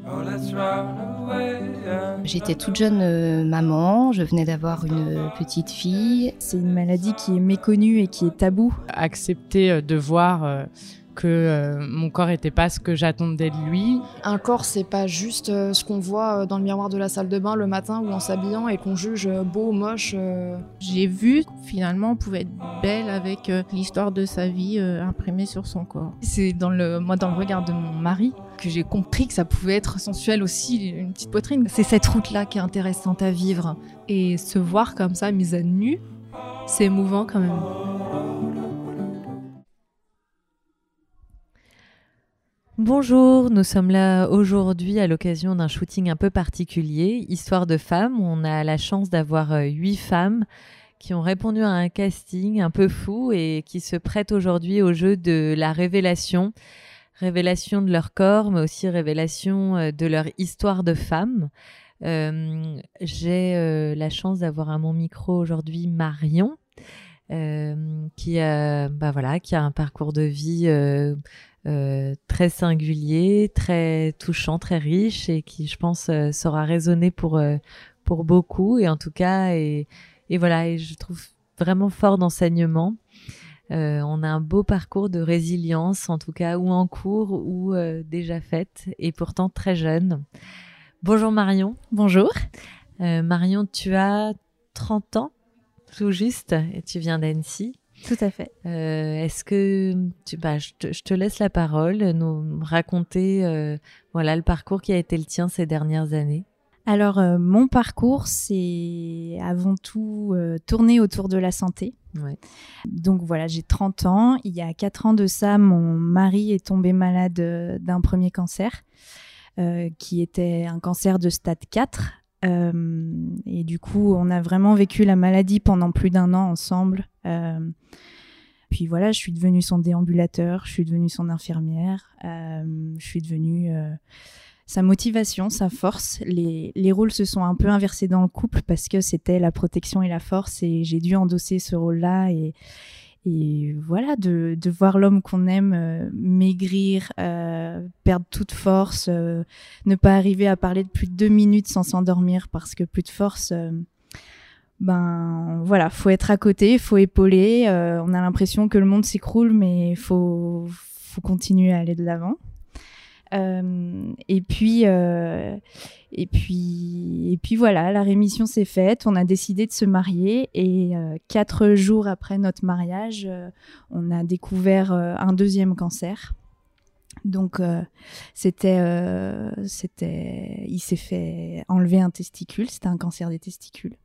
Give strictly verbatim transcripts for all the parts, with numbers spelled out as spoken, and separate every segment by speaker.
Speaker 1: J'étais toute jeune euh, maman, je venais d'avoir une petite fille.
Speaker 2: C'est une maladie qui est méconnue et qui est taboue.
Speaker 3: Accepter de voir euh, que euh, mon corps n'était pas ce que j'attendais de lui.
Speaker 4: Un corps, c'est pas juste euh, ce qu'on voit dans le miroir de la salle de bain le matin ou en s'habillant et qu'on juge beau, moche. Euh...
Speaker 5: J'ai vu finalement on pouvait être belle avec euh, l'histoire de sa vie euh, imprimée sur son corps.
Speaker 6: C'est dans le, moi dans le regard de mon mari que j'ai compris que ça pouvait être sensuel aussi, une petite poitrine. C'est cette route-là qui est intéressante à vivre.
Speaker 7: Et se voir comme ça, mise à nu, c'est émouvant quand même.
Speaker 8: Bonjour, nous sommes là aujourd'hui à l'occasion d'un shooting un peu particulier, Histoire de femmes. On a la chance d'avoir huit femmes qui ont répondu à un casting un peu fou et qui se prêtent aujourd'hui au jeu de la révélation. Révélation de leur corps, mais aussi révélation de leur histoire de femme. Euh, j'ai euh, la chance d'avoir à mon micro aujourd'hui Marion, euh, qui, a, bah voilà, qui a un parcours de vie euh, euh, très singulier, très touchant, très riche et qui, je pense, euh, saura résonner pour, euh, pour beaucoup. Et en tout cas, et, et voilà, et je trouve vraiment fort d'enseignement. Euh, on a un beau parcours de résilience, en tout cas, ou en cours, ou euh, déjà faite, et pourtant très jeune. Bonjour Marion.
Speaker 2: Bonjour.
Speaker 8: Euh, Marion, tu as trente ans, tout juste, et tu viens d'Annecy.
Speaker 2: Tout à fait.
Speaker 8: Euh, est-ce que tu, bah, je, te, je te laisse la parole, nous raconter euh, voilà, le parcours qui a été le tien ces dernières années.
Speaker 2: Alors, euh, mon parcours, c'est avant tout euh, tourné autour de la santé.
Speaker 8: Ouais.
Speaker 2: Donc voilà, j'ai trente ans. Il y a quatre ans de ça, mon mari est tombé malade euh, d'un premier cancer, euh, qui était un cancer de stade quatre. Euh, et du coup, on a vraiment vécu la maladie pendant plus d'un an ensemble. Euh, puis voilà, je suis devenue son déambulateur, je suis devenue son infirmière, euh, je suis devenue... Euh, sa motivation, sa force. Les, les rôles se sont un peu inversés dans le couple parce que c'était la protection et la force et j'ai dû endosser ce rôle-là et, et voilà, de, de voir l'homme qu'on aime euh, maigrir, euh, perdre toute force, euh, ne pas arriver à parler de plus de deux minutes sans s'endormir parce que plus de force, euh, ben voilà, faut être à côté, faut épauler. Euh, on a l'impression que le monde s'écroule, mais faut, faut continuer à aller de l'avant. Euh, et puis euh, et puis et puis voilà, la rémission s'est faite, on a décidé de se marier et euh, quatre jours après notre mariage euh, on a découvert euh, un deuxième cancer. Donc euh, c'était euh, c'était il s'est fait enlever un testicule, c'était un cancer des testicules.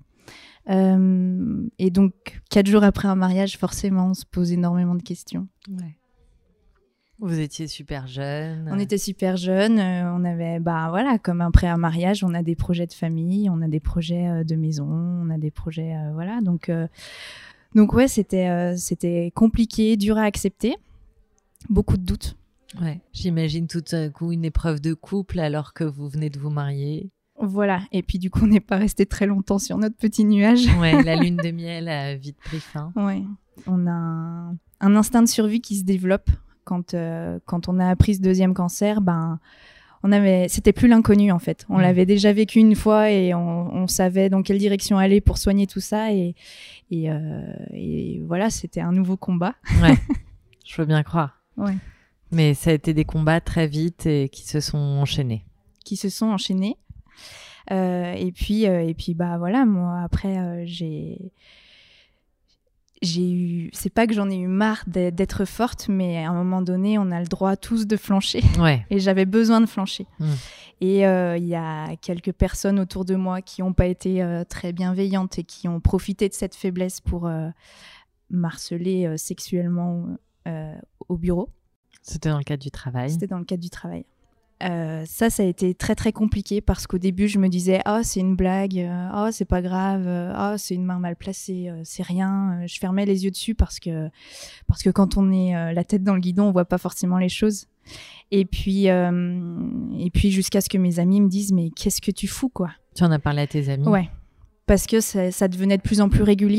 Speaker 2: Euh, et donc quatre jours après un mariage, forcément on se pose énormément de questions.
Speaker 8: Ouais. Vous étiez super jeune.
Speaker 2: On était super jeunes. Euh, on avait, bah voilà, comme après un mariage, on a des projets de famille, on a des projets euh, de maison, on a des projets, euh, voilà. Donc, euh, donc ouais, c'était, euh, c'était compliqué, dur à accepter, beaucoup de doutes.
Speaker 8: Ouais. J'imagine tout à coup une épreuve de couple alors que vous venez de vous marier.
Speaker 2: Voilà. Et puis du coup, on n'est pas resté très longtemps sur notre petit nuage.
Speaker 8: Ouais. La lune de miel a vite pris fin.
Speaker 2: Ouais. On a un, un instinct de survie qui se développe. Quand, euh, quand on a appris ce deuxième cancer, ben, on avait, c'était plus l'inconnu en fait. On mmh. l'avait déjà vécu une fois et on, on savait dans quelle direction aller pour soigner tout ça. Et, et, euh, et voilà, c'était un nouveau combat.
Speaker 8: Ouais, je veux bien croire.
Speaker 2: Ouais.
Speaker 8: Mais ça a été des combats très vite et qui se sont enchaînés.
Speaker 2: Qui se sont enchaînés. Euh, et puis, euh, et puis bah voilà, moi après, euh, j'ai... J'ai eu, c'est pas que j'en ai eu marre d'être forte, mais à un moment donné, on a le droit tous de flancher.
Speaker 8: Ouais.
Speaker 2: Et j'avais besoin de flancher.
Speaker 8: Mmh.
Speaker 2: Et il euh, y a quelques personnes autour de moi qui n'ont pas été euh, très bienveillantes et qui ont profité de cette faiblesse pour euh, m'harceler euh, sexuellement euh, au bureau.
Speaker 8: C'était dans le cadre du travail.
Speaker 2: C'était dans le cadre du travail. Euh, ça, ça a été très très compliqué parce qu'au début, je me disais « Ah, oh, c'est une blague, ah, oh, c'est pas grave, ah, oh, c'est une main mal placée, c'est rien. » Je fermais les yeux dessus parce que, parce que quand on est euh, la tête dans le guidon, on voit pas forcément les choses. Et puis, euh, et puis jusqu'à ce que mes amis me disent « Mais qu'est-ce que tu fous, quoi ?»
Speaker 8: Tu en as parlé à tes amis ?
Speaker 2: Ouais, parce que ça, ça devenait de plus en plus régulier.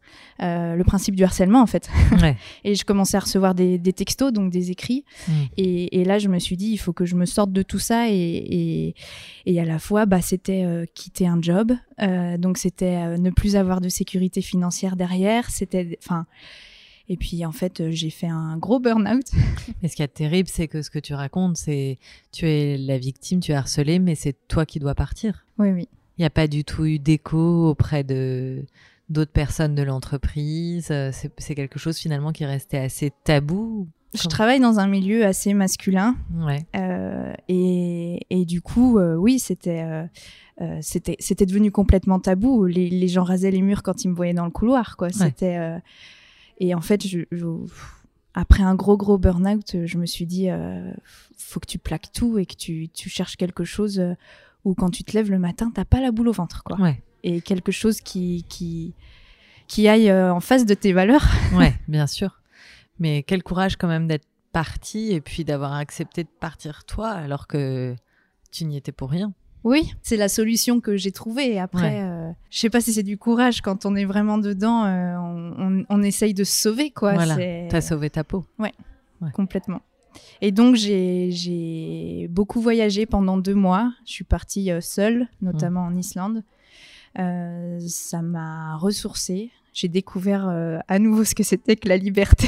Speaker 2: euh, le principe du harcèlement en fait.
Speaker 8: Ouais.
Speaker 2: Et je commençais à recevoir des, des textos, donc des écrits. Mmh. Et, et là, je me suis dit, il faut que je me sorte de tout ça. Et, et, et à la fois, bah, c'était euh, quitter un job. Euh, donc, c'était euh, ne plus avoir de sécurité financière derrière. C'était, enfin, et puis en fait, euh, j'ai fait un gros burn-out.
Speaker 8: Mais ce qui est terrible, c'est que ce que tu racontes, c'est tu es la victime, tu es harcelée, mais c'est toi qui dois partir.
Speaker 2: Oui, oui.
Speaker 8: Il n'y a pas du tout eu d'écho auprès de d'autres personnes de l'entreprise. C'est, c'est quelque chose finalement qui restait assez tabou.
Speaker 2: Je Comment... travaille dans un milieu assez masculin.
Speaker 8: Ouais.
Speaker 2: Euh, et, et du coup, euh, oui, c'était, euh, euh, c'était, c'était devenu complètement tabou. Les, les gens rasaient les murs quand ils me voyaient dans le couloir, quoi. Ouais. C'était, euh... Et en fait, je, je... après un gros, gros burn-out, je me suis dit, euh, faut que tu plaques tout et que tu, tu cherches quelque chose où quand tu te lèves le matin, t'as pas la boule au ventre, quoi.
Speaker 8: Ouais.
Speaker 2: Et quelque chose qui, qui, qui aille en face de tes valeurs.
Speaker 8: Ouais, bien sûr. Mais quel courage quand même d'être partie et puis d'avoir accepté de partir toi alors que tu n'y étais pour rien.
Speaker 2: Oui, c'est la solution que j'ai trouvée. Et après, ouais. euh, je sais pas si c'est du courage. Quand on est vraiment dedans, euh, on, on, on essaye de se sauver, quoi.
Speaker 8: Voilà,
Speaker 2: c'est...
Speaker 8: t'as sauvé ta peau.
Speaker 2: Ouais, ouais. Complètement. Et donc, j'ai, j'ai beaucoup voyagé pendant deux mois. Je suis partie euh, seule, notamment mmh. en Islande. Euh, ça m'a ressourcée. J'ai découvert euh, à nouveau ce que c'était que la liberté.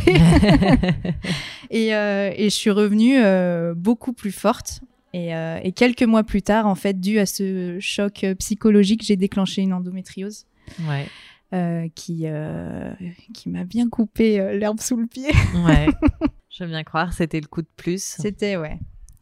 Speaker 2: et, euh, et je suis revenue euh, beaucoup plus forte. Et, euh, et quelques mois plus tard, en fait, dû à ce choc psychologique, j'ai déclenché une endométriose.
Speaker 8: Ouais.
Speaker 2: Euh, qui, euh, qui m'a bien coupé euh, l'herbe sous le pied.
Speaker 8: Ouais. Je veux bien croire, c'était le coup de plus.
Speaker 2: C'était, ouais.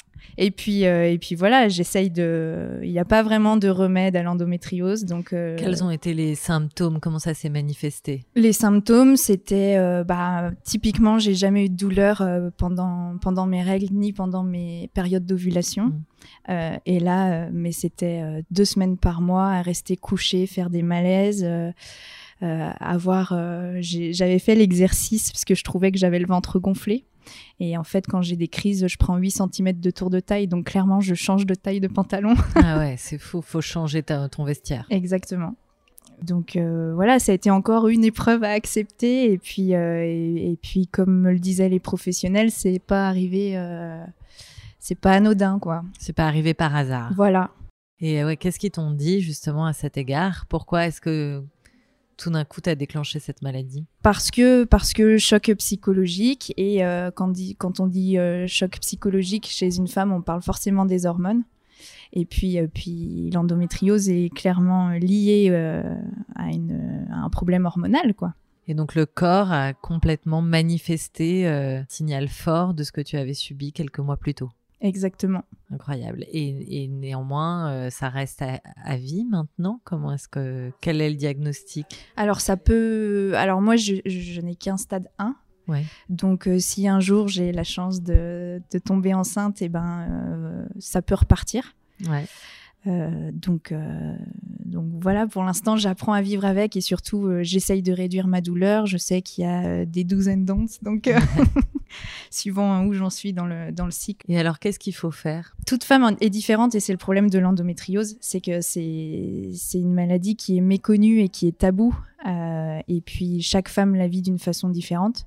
Speaker 2: Et puis, euh, et puis voilà, j'essaye de... Il n'y a pas vraiment de remède à l'endométriose, donc... Euh...
Speaker 8: Quels ont été les symptômes? Comment ça s'est manifesté?
Speaker 2: Les symptômes, c'était... Euh, bah, typiquement, j'ai jamais eu de douleur euh, pendant, pendant mes règles, ni pendant mes périodes d'ovulation. Mmh. Euh, et là, euh, mais c'était euh, deux semaines par mois à rester couchée, faire des malaises... Euh, Euh, avoir, euh, j'ai, j'avais fait l'exercice parce que je trouvais que j'avais le ventre gonflé. Et en fait, quand j'ai des crises, je prends huit centimètres de tour de taille. Donc, clairement, je change de taille de pantalon.
Speaker 8: Ah ouais, c'est fou. Faut changer ta, ton vestiaire.
Speaker 2: Exactement. Donc, euh, voilà, ça a été encore une épreuve à accepter. Et puis, euh, et, et puis comme me le disaient les professionnels, c'est pas arrivé... Euh, c'est pas anodin, quoi.
Speaker 8: C'est pas arrivé par hasard.
Speaker 2: Voilà.
Speaker 8: Et ouais, qu'est-ce qu'ils t'ont dit, justement, à cet égard? Pourquoi est-ce que... tout d'un coup, tu as déclenché cette maladie? Parce
Speaker 2: que, parce que choc psychologique. Et euh, quand, dit, quand on dit euh, choc psychologique chez une femme, on parle forcément des hormones. Et puis, euh, puis l'endométriose est clairement liée euh, à, une, à un problème hormonal, quoi.
Speaker 8: Et donc, le corps a complètement manifesté euh, un signal fort de ce que tu avais subi quelques mois plus tôt.
Speaker 2: Exactement.
Speaker 8: Incroyable. Et, et néanmoins, euh, ça reste à, à vie maintenant. Comment est-ce que quel est le diagnostic? Alors ça peut. Alors moi, je, je n'ai qu'un stade un. Ouais.
Speaker 2: Donc euh, si un jour j'ai la chance de, de tomber enceinte, et ben euh, ça peut repartir.
Speaker 8: Ouais.
Speaker 2: Euh, donc, euh, donc voilà, pour l'instant, j'apprends à vivre avec et surtout, euh, j'essaye de réduire ma douleur. Je sais qu'il y a euh, des do's and don'ts, donc euh, suivant où j'en suis dans le, dans le cycle.
Speaker 8: Et alors, qu'est-ce qu'il faut faire?
Speaker 2: Toute femme est différente et c'est le problème de l'endométriose, c'est que c'est, c'est une maladie qui est méconnue et qui est taboue. Euh, et puis, chaque femme la vit d'une façon différente.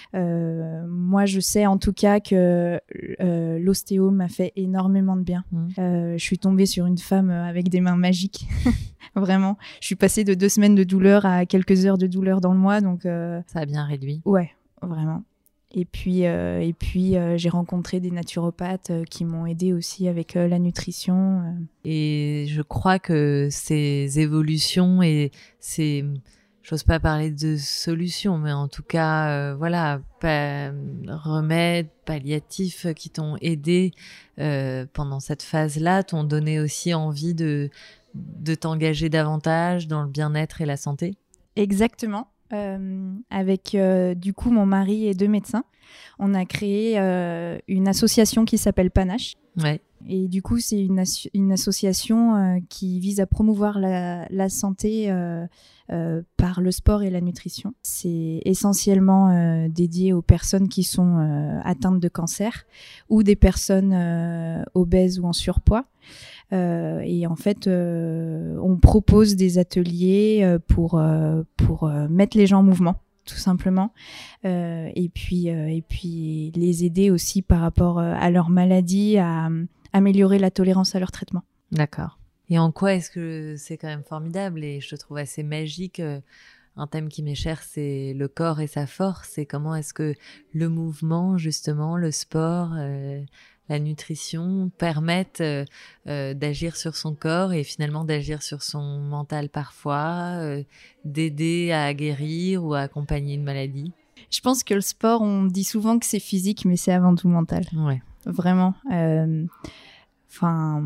Speaker 2: Euh, moi, je sais en tout cas que euh, l'ostéo m'a fait énormément de bien. Mmh. Euh, je suis tombée sur une femme avec des mains magiques. Vraiment. Je suis passée de deux semaines de douleur à quelques heures de douleur dans le mois. Donc, euh...
Speaker 8: ça a bien réduit.
Speaker 2: Ouais, vraiment. Et puis, euh, et puis euh, j'ai rencontré des naturopathes euh, qui m'ont aidée aussi avec euh, la nutrition. Euh.
Speaker 8: Et je crois que ces évolutions et ces... J'ose pas parler de solutions, mais en tout cas, euh, voilà, pa- remèdes palliatifs qui t'ont aidé euh, pendant cette phase-là, t'ont donné aussi envie de, de t'engager davantage dans le bien-être et la santé?
Speaker 2: Exactement. Euh, avec euh, du coup mon mari et deux médecins, on a créé euh, une association qui s'appelle Panache.
Speaker 8: Ouais.
Speaker 2: Et du coup, c'est une, as- une association euh, qui vise à promouvoir la, la santé euh, euh, par le sport et la nutrition. C'est essentiellement euh, dédié aux personnes qui sont euh, atteintes de cancer ou des personnes euh, obèses ou en surpoids. Euh, et en fait, euh, on propose des ateliers euh, pour, euh, pour euh, mettre les gens en mouvement, tout simplement, euh, et puis euh, et puis les aider aussi par rapport euh, à leur maladie, à euh, améliorer la tolérance à leur traitement.
Speaker 8: D'accord. Et en quoi est-ce que c'est quand même formidable et je te trouve assez magique, euh, un thème qui m'est cher, c'est le corps et sa force, et comment est-ce que le mouvement, justement, le sport, euh, la nutrition permettent euh, euh, d'agir sur son corps et finalement d'agir sur son mental parfois, euh, d'aider à guérir ou à accompagner une maladie.
Speaker 2: Je pense que le sport, on dit souvent que c'est physique, mais c'est avant tout mental.
Speaker 8: Ouais.
Speaker 2: Vraiment. Euh, Enfin,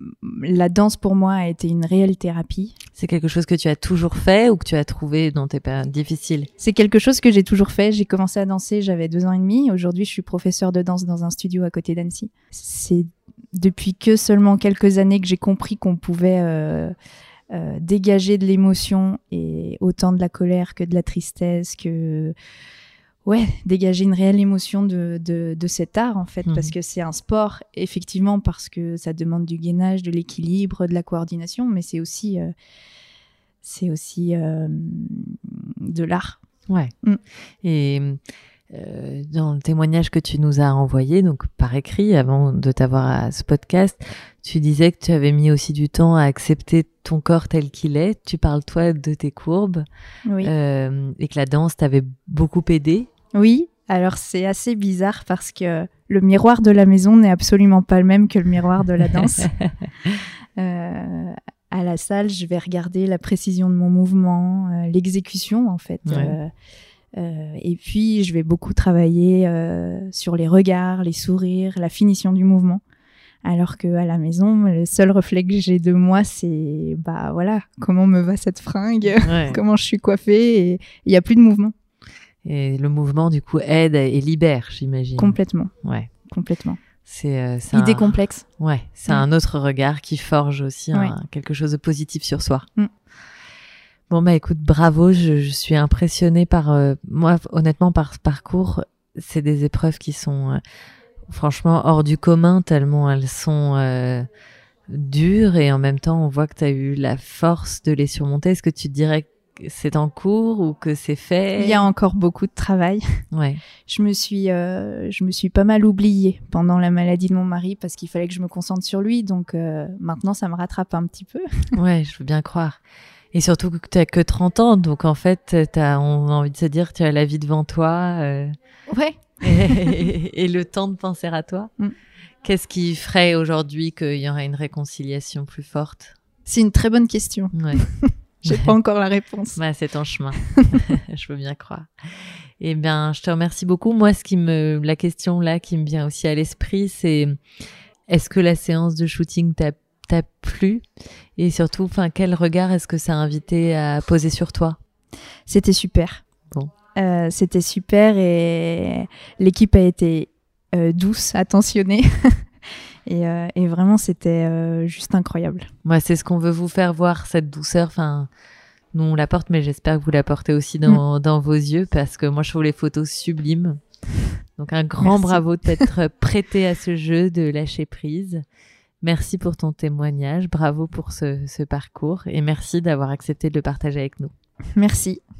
Speaker 2: la danse pour moi a été une réelle thérapie.
Speaker 8: C'est quelque chose que tu as toujours fait ou que tu as trouvé dans tes périodes difficiles?
Speaker 2: C'est quelque chose que j'ai toujours fait. J'ai commencé à danser, j'avais deux ans et demi. Aujourd'hui, je suis professeure de danse dans un studio à côté d'Annecy. C'est depuis que seulement quelques années que j'ai compris qu'on pouvait euh, euh, dégager de l'émotion, et autant de la colère que de la tristesse, que... Ouais, dégager une réelle émotion de, de, de cet art, en fait, mmh. parce que c'est un sport, effectivement, parce que ça demande du gainage, de l'équilibre, de la coordination, mais c'est aussi, euh, c'est aussi euh, de l'art.
Speaker 8: Ouais. Mmh. Et euh, dans le témoignage que tu nous as envoyé, donc par écrit, avant de t'avoir à ce podcast, tu disais que tu avais mis aussi du temps à accepter ton corps tel qu'il est. Tu parles, toi, de tes courbes,
Speaker 2: oui.
Speaker 8: euh, et que la danse t'avait beaucoup aidé.
Speaker 2: Oui, alors c'est assez bizarre parce que le miroir de la maison n'est absolument pas le même que le miroir de la danse. euh, à la salle, je vais regarder la précision de mon mouvement, euh, l'exécution en fait.
Speaker 8: Ouais.
Speaker 2: Euh, euh, et puis, je vais beaucoup travailler euh, sur les regards, les sourires, la finition du mouvement. Alors qu'à la maison, le seul reflet que j'ai de moi, c'est bah voilà, comment me va cette fringue, ouais. comment je suis coiffée, et il n'y a plus de mouvement.
Speaker 8: Et le mouvement, du coup, aide et libère, j'imagine.
Speaker 2: Complètement.
Speaker 8: Ouais.
Speaker 2: Complètement.
Speaker 8: C'est, euh, c'est
Speaker 2: il
Speaker 8: un...
Speaker 2: décomplexe.
Speaker 8: Ouais, c'est ouais. un autre regard qui forge aussi
Speaker 2: ouais.
Speaker 8: un, quelque chose de positif sur soi.
Speaker 2: Mm.
Speaker 8: Bon, bah écoute, bravo, je, je suis impressionnée par, euh, moi, honnêtement, par ce parcours. C'est des épreuves qui sont euh, franchement hors du commun, tellement elles sont euh, dures, et en même temps, on voit que tu as eu la force de les surmonter. Est-ce que tu dirais que c'est en cours ou que c'est fait?
Speaker 2: Il y a encore beaucoup de travail.
Speaker 8: Ouais.
Speaker 2: Je me suis, euh, je me suis pas mal oubliée pendant la maladie de mon mari parce qu'il fallait que je me concentre sur lui. Donc euh, maintenant, ça me rattrape un petit peu.
Speaker 8: Ouais, je veux bien croire. Et surtout que tu n'as que trente ans. Donc en fait, t'as, on a envie de se dire tu as la vie devant toi. Euh,
Speaker 2: ouais.
Speaker 8: Et, et, et le temps de penser à toi.
Speaker 2: Mm.
Speaker 8: Qu'est-ce qui ferait aujourd'hui qu'il y aurait une réconciliation plus forte?
Speaker 2: C'est une très bonne question.
Speaker 8: Ouais.
Speaker 2: J'ai pas encore la réponse.
Speaker 8: Bah, c'est en chemin. Je veux bien croire. Eh bien, je te remercie beaucoup. Moi, ce qui me, la question là qui me vient aussi à l'esprit, c'est est-ce que la séance de shooting t'a, t'a plu? Et surtout, enfin, quel regard est-ce que ça a invité à poser sur toi?
Speaker 2: C'était super.
Speaker 8: Bon.
Speaker 2: Euh, c'était super, et l'équipe a été euh, douce, attentionnée. Et, euh, et vraiment, c'était euh, juste incroyable.
Speaker 8: Ouais, c'est ce qu'on veut vous faire voir, cette douceur. Enfin, nous, on la porte, mais j'espère que vous la portez aussi dans, mmh. dans vos yeux, parce que moi, je trouve les photos sublimes. Donc, un grand merci. Bravo de t'être prêté à ce jeu, de lâcher prise. Merci pour ton témoignage. Bravo pour ce, ce parcours. Et merci d'avoir accepté de le partager avec nous.
Speaker 2: Merci.